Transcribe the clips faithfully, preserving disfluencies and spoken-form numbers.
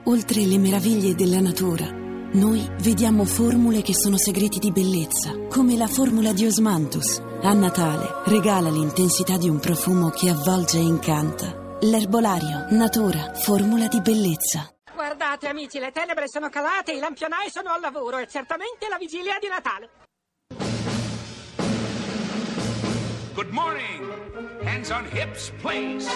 Oltre le meraviglie della natura, noi vediamo formule che sono segreti di bellezza, come la formula di Osmanthus. A Natale regala l'intensità di un profumo che avvolge e incanta. L'erbolario, natura, formula di bellezza. Guardate amici, le tenebre sono calate, i lampionai sono al lavoro e certamente la vigilia di Natale. Good morning. Hands on hips, please.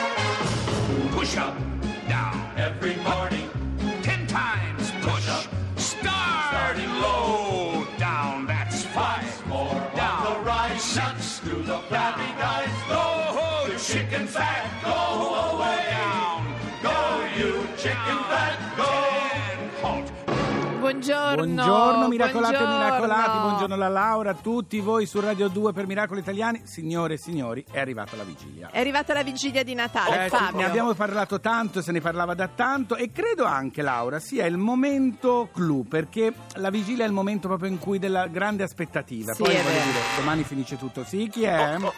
Push up, down. Every morning. Ten times push up. Start. Starting low. Down, that's five. More down. On the rise. Six. To the flabby guys. Go, the chicken fat. Go away. Down. Go, you chicken fat. Go. Ten. Halt. Buongiorno, buongiorno miracolate buongiorno. e miracolati, buongiorno alla Laura, a tutti voi su Radio due per Miracoli Italiani. Signore e signori, è arrivata la vigilia. È arrivata la vigilia di Natale, Eh, Fabio. ne abbiamo parlato tanto, se ne parlava da tanto e credo anche, Laura, sia il momento clou, perché la vigilia è il momento proprio in cui della grande aspettativa. Sì, Poi è voglio vero. dire, domani finisce tutto. Sì, chi è? Oh.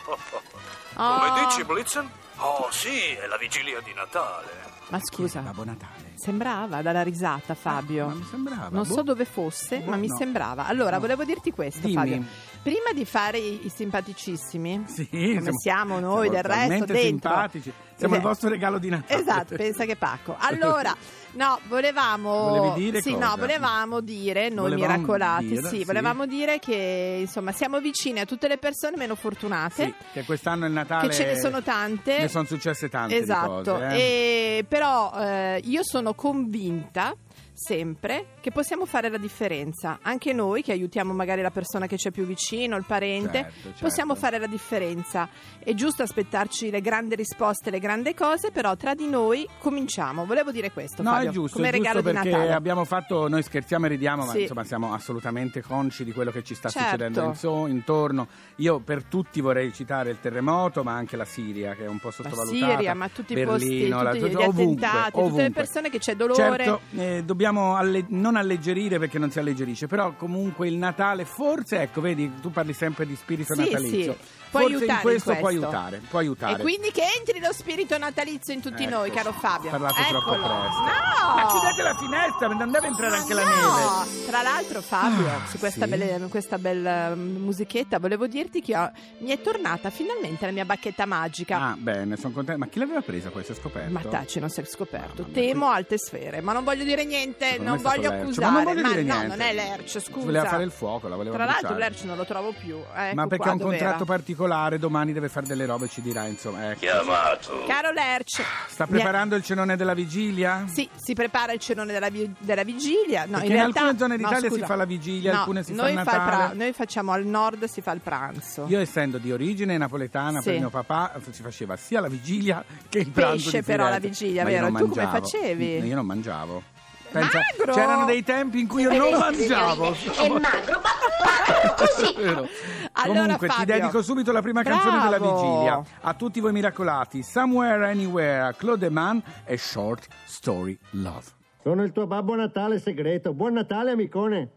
Come dici, Blitzen? Oh sì, è la vigilia di Natale. Ma scusa, Babbo Natale. sembrava dalla risata, Fabio. Ah, ma mi sembrava. Non boh. so dove fosse, Boh, ma mi no. sembrava. Allora, No. volevo dirti questo, Dimmi. Fabio. Prima di fare i, i simpaticissimi, Sì, come siamo noi siamo del resto talmente dentro. simpatici. Siamo Eh, il vostro regalo di Natale. Esatto, pensa che pacco. Allora, no, volevamo Volevi dire Sì, cosa? no, volevamo dire noi Volevamo miracolati, dire, sì, sì. volevamo dire che insomma siamo vicini a tutte le persone meno fortunate. Sì, che quest'anno il Natale Che ce ne sono tante. Ne sono successe tante Esatto, di cose, eh. e però eh, io sono convinta sempre che possiamo fare la differenza. Anche noi che aiutiamo magari la persona che c'è più vicino, il parente, Certo, certo. possiamo fare la differenza. È giusto aspettarci le grandi risposte, le grandi cose, però tra di noi cominciamo. Volevo dire questo, No, Fabio, è giusto, come è giusto regalo di perché Natale. abbiamo fatto, noi scherziamo e ridiamo, ma Sì. insomma siamo assolutamente consci di quello che ci sta Certo. succedendo inso- intorno. Io per tutti vorrei citare il terremoto, ma anche la Siria, che è un po' La sottovalutata. Siria, ma tutti i posti, Berlino, tutti la- gli ovunque, attentati, tutte le ovunque. persone che c'è dolore. Certo, eh, dobbiamo alle- non alleggerire perché non si alleggerisce, però comunque il Natale, forse, ecco, vedi, tu parli sempre di spirito Sì, natalizio. sì. Può Forse aiutare in questo, in può questo. aiutare, può aiutare. E quindi che entri lo spirito natalizio in tutti Ecco, noi, caro Fabio. parlate troppo Eccolo. presto. No! Ma chiudete la finestra, non deve entrare anche la No! neve. Tra l'altro, Fabio, Ah, su questa, sì? belle- questa bella mm, musichetta, volevo dirti che ho- mi è tornata finalmente la mia bacchetta magica. Ah, bene, sono contento. Ma chi l'aveva presa poi? Si è scoperto? Ma taci, non si è scoperto. Ah, mamma, Temo qui- alte sfere, ma non voglio dire niente, Secondo non me è stato voglio Lerch. accusare. Ma non voglio dire no, niente. non è Lerch, scusa. Voleva fare il fuoco, la voleva Tra l'altro bruciare. Lerch non lo trovo più. Ecco Ma perché qua, ha un dov'era? contratto particolare, domani deve fare delle robe, ci dirà, insomma. Ecco. Chiamato. Caro Lerch, Sta mi è- preparando il cenone della vigilia? Sì, si prepara il cenone della, vi- della vigilia. No, Perché in in realtà, alcune zone no, d'Italia si scusa. fa la vigilia, No, alcune si fa noi il il Natale. pra- noi facciamo al nord, si fa il pranzo. Io, essendo di origine napoletana, Sì. per mio papà si faceva sia la vigilia che il pranzo Pesce di però Firenze. la vigilia, Ma io vero? non E tu come mangiavo. facevi? Io non mangiavo. Pensa, Magro! c'erano dei tempi in cui io non mangiavo. È magro, ma così. Vero. Allora, Comunque ti Fabio. dedico subito la prima Bravo. canzone della vigilia. A tutti voi miracolati, Somewhere Anywhere, Claude Mann e Short Story Love. Sono il tuo Babbo Natale segreto. Buon Natale, amicone.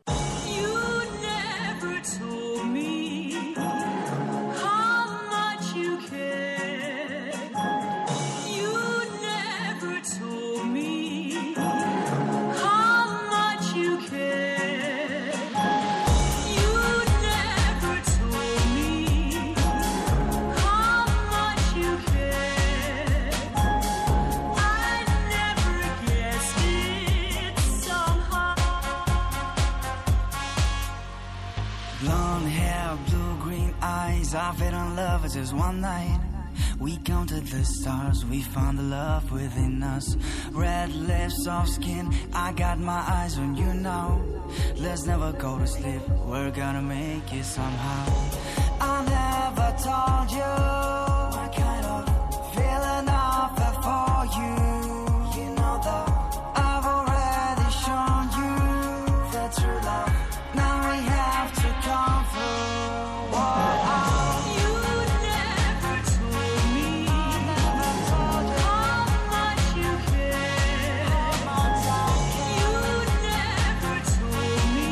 Blonde hair, blue green eyes, I fell in love with just one night. We counted the stars, we found the love within us. Red lips, soft skin, I got my eyes on you now. Let's never go to sleep, we're gonna make it somehow. I never told you what kind of feeling I felt for you. You know that I've already shown you the true love. Now we have to come through. Whoa, oh.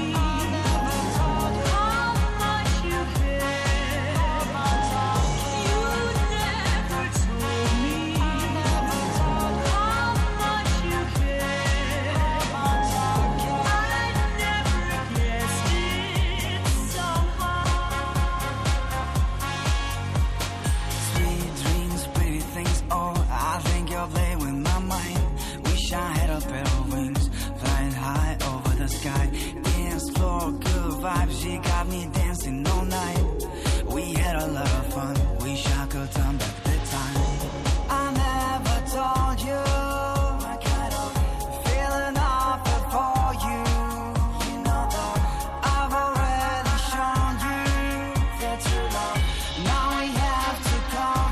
You a pair of wings, flying high over the sky. Dance floor, good vibes, she got me dancing all night. We had a lot of fun, wish I could turn back the time. I never told you my kind of feeling I feel for you. You know that I've already shown you that you love. Now we have to come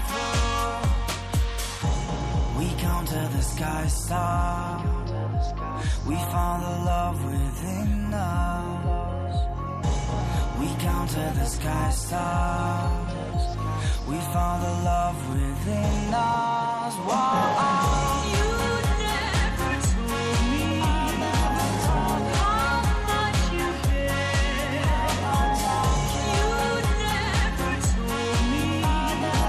through. We counted the sky stars. We found the love within us. We counted the sky stars. We found the love within us. Whoa. You never told me how much you care. You never told me how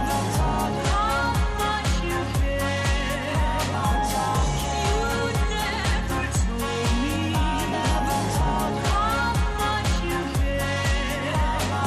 much you care. You never told me how much you care.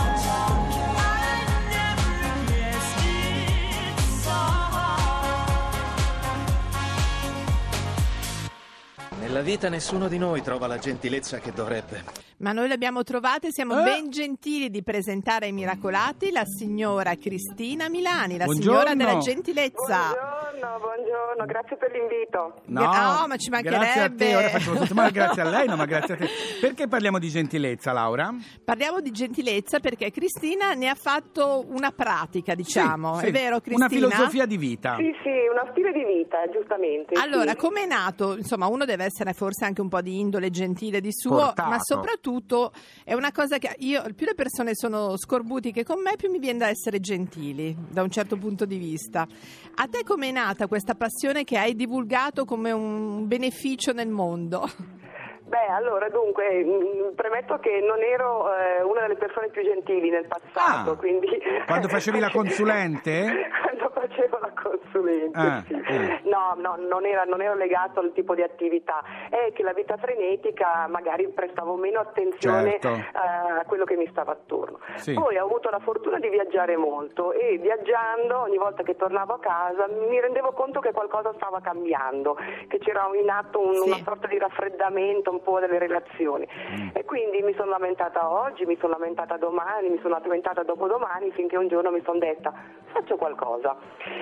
Nella vita nessuno di noi trova la gentilezza che dovrebbe. Ma noi l'abbiamo trovata e siamo Eh? ben gentili di presentare ai Miracolati la signora Cristina Milani, la Buongiorno. signora della gentilezza. Buongiorno, buongiorno, grazie per l'invito. No, No, ma ci grazie a mancherebbe. te, ora facciamo tutto male, grazie a lei, no, ma grazie a te. Perché parliamo di gentilezza, Laura? Parliamo di gentilezza perché Cristina ne ha fatto una pratica, diciamo. Sì, È sì. vero, Cristina? Una filosofia di vita. Sì, sì, uno stile di vita, giustamente. Allora, sì. com'è nato? Insomma, uno deve essere forse anche un po' di indole gentile di suo, Portato. ma soprattutto è una cosa che io, più le persone sono scorbutiche con me, più mi viene da essere gentili, da un certo punto di vista. A te com'è nata questa passione che hai divulgato come un beneficio nel mondo? Beh, allora, dunque, mh, premetto che non ero eh, una delle persone più gentili nel passato, Ah, quindi... quando facevi la consulente? Quando facevo la consulente, Ah, sì. sì. No, no, non era, non ero legato al tipo di attività. È che la vita frenetica magari prestavo meno attenzione Certo. eh, a quello che mi stava attorno. Sì. Poi ho avuto la fortuna di viaggiare molto e viaggiando, ogni volta che tornavo a casa, mi rendevo conto che qualcosa stava cambiando, che c'era in atto un, Sì. una sorta di raffreddamento un po' delle relazioni. Mm. E quindi mi sono lamentata oggi, mi sono lamentata domani, mi sono lamentata dopodomani, finché un giorno mi sono detta faccio qualcosa.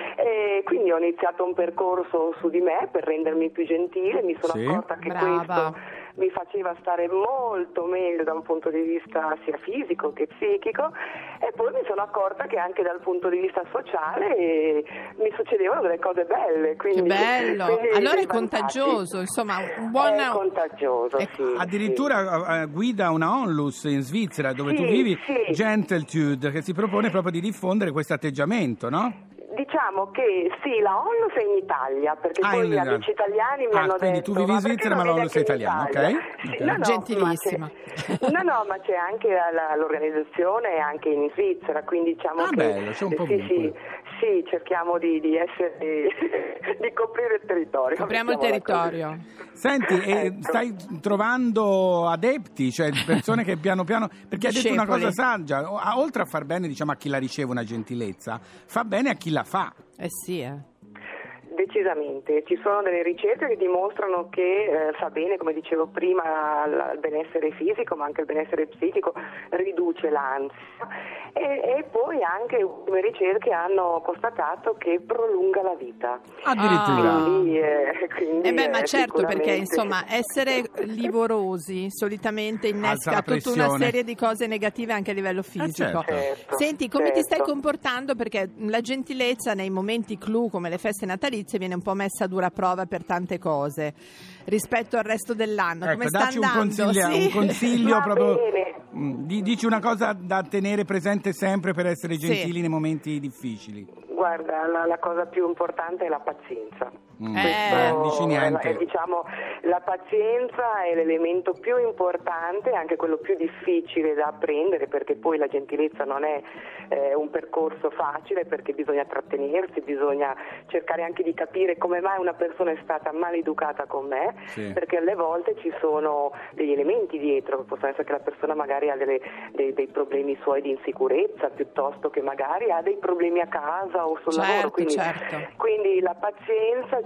E quindi ho iniziato un percorso su di me per rendermi più gentile, mi sono Sì. accorta che Brava. questo mi faceva stare molto meglio da un punto di vista sia fisico che psichico, e poi mi sono accorta che anche dal punto di vista sociale eh, mi succedevano delle cose belle. Quindi, Che bello! quindi Allora dei è vantaggi. contagioso, insomma, un buon... È contagioso, Ecco, sì. Addirittura eh, guida una Onlus in Svizzera dove Sì, tu vivi, sì. Gentiltude, che si propone proprio di diffondere questo atteggiamento, no? Diciamo che sì, la Onlus è in Italia, perché Ah, poi in gli Italia. amici italiani mi Ah, hanno quindi detto tu vivi in "Ma perché Svizzera, ma non l'Onlus vieni è anche in italiana, Italia?" ok? Sì, Ok. no, no, Gentilissima. ma c'è- no, no, ma c'è anche la- l'organizzazione anche in Svizzera, quindi diciamo Ah, che bello, c'è un po' sì, sì, ovunque. sì, cerchiamo di, di essere di coprire il territorio. Copriamo il mettiamola così. territorio. Senti, e Ecco. stai trovando adepti, cioè persone che piano piano... Perché hai detto una Discepoli. cosa saggia, o- a- oltre a far bene, diciamo, a chi la riceve una gentilezza, fa bene a chi la fa. Eh sì, eh. Decisamente, ci sono delle ricerche che dimostrano che eh, fa bene, come dicevo prima, al, al benessere fisico, ma anche al benessere psichico, riduce l'ansia, e, e poi anche ultime ricerche hanno constatato che prolunga la vita. Addirittura. Ah. Quindi, eh, quindi, Eh beh, ma eh, certo, perché sicuramente- insomma essere livorosi solitamente Alza innesca la tutta una pressione. serie di cose negative anche a livello fisico. certo. Certo, Senti, come ti stai certo. comportando? Perché la gentilezza nei momenti clou come le feste natalizie viene un po' messa a dura prova per tante cose rispetto al resto dell'anno. Ecco, come sta dacci un andando? consiglio, Sì. un consiglio Va proprio... bene. Mm, di- Dici una cosa da tenere presente sempre per essere Sì. gentili nei momenti difficili. Guarda, la, la cosa più importante è la pazienza. Mm. Eh. Beh, dici niente. È, è, diciamo, la pazienza è l'elemento più importante, anche quello più difficile da apprendere, perché poi la gentilezza non è eh, un percorso facile, perché bisogna trattenersi, bisogna cercare anche di capire come mai una persona è stata maleducata con me, Sì. perché alle volte ci sono degli elementi dietro, possono essere che la persona magari ha delle, dei, dei problemi suoi di insicurezza, piuttosto che magari ha dei problemi a casa o sul Certo, lavoro, quindi, certo. quindi la pazienza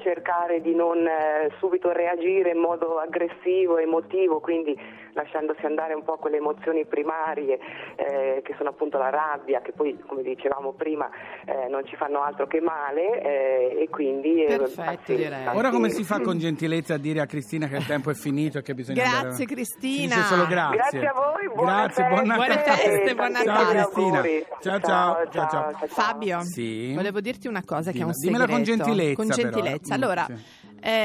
cercare di non eh, subito reagire in modo aggressivo, emotivo, quindi lasciandosi andare un po' quelle emozioni primarie eh, che sono appunto la rabbia, che poi come dicevamo prima eh, non ci fanno altro che male eh, e quindi eh, perfetto, direi. Ora come si fa con gentilezza a dire a Cristina che il tempo è finito e che bisogna grazie andare... Cristina, si dice solo grazie. Grazie a voi, buone grazie, feste, buon Natale. Buone feste, buon Natale. Ciao Cristina. Ciao ciao, ciao, ciao, ciao, ciao. Fabio, sì? volevo dirti una cosa che è un Dimmela segreto. con gentilezza, Con gentilezza. però. Allora, Mm, sì.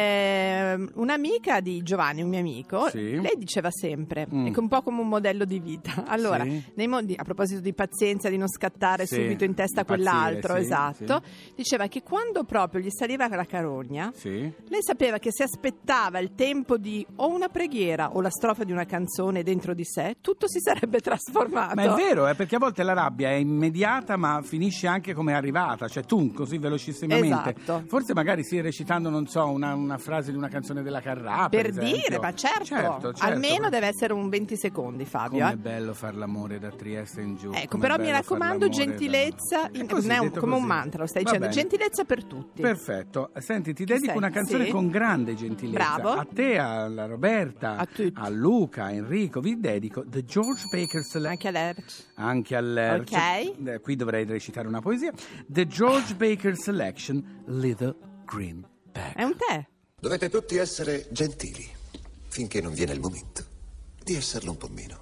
eh, un'amica di Giovanni, un mio amico, Sì. lei diceva sempre, Mm. è un po' come un modello di vita. Allora, Sì. nei modi, a proposito di pazienza, di non scattare Sì, subito in testa a di impazzire, quell'altro, sì, esatto, diceva che quando proprio gli saliva la carogna, Sì. lei sapeva che se aspettava il tempo di o una preghiera o la strofa di una canzone dentro di sé, tutto si sarebbe trasformato. Ma è vero, eh, perché a volte la rabbia è immediata ma finisce anche come è arrivata, cioè tu così velocissimamente. Esatto. Forse magari sì, recitando, non so, una, una frase di una canzone della Carrà, per, Per esempio. dire, ma certo, Certo, certo. almeno deve essere un venti secondi, Fabio. Com'è eh. bello far l'amore da Trieste in giù. Ecco, com'è però mi bello far raccomando, l'amore gentilezza, da... in- È così, non è un- detto come un così. mantra, lo stai Va dicendo, bene. gentilezza per tutti. Perfetto, senti, ti Chi dedico sei? una canzone Sì. con grande gentilezza. Bravo. A te, alla Roberta, A tutti. a Luca, a Enrico, vi dedico The George Baker Selection. Anche all'Erc. Anche all'Erc. Ok. Eh, Qui dovrei recitare una poesia. The George Baker Selection, Little Green Bag. È un tè. Dovete tutti essere gentili, finché non viene il momento di esserlo un po' meno.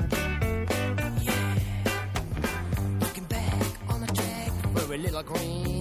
Little green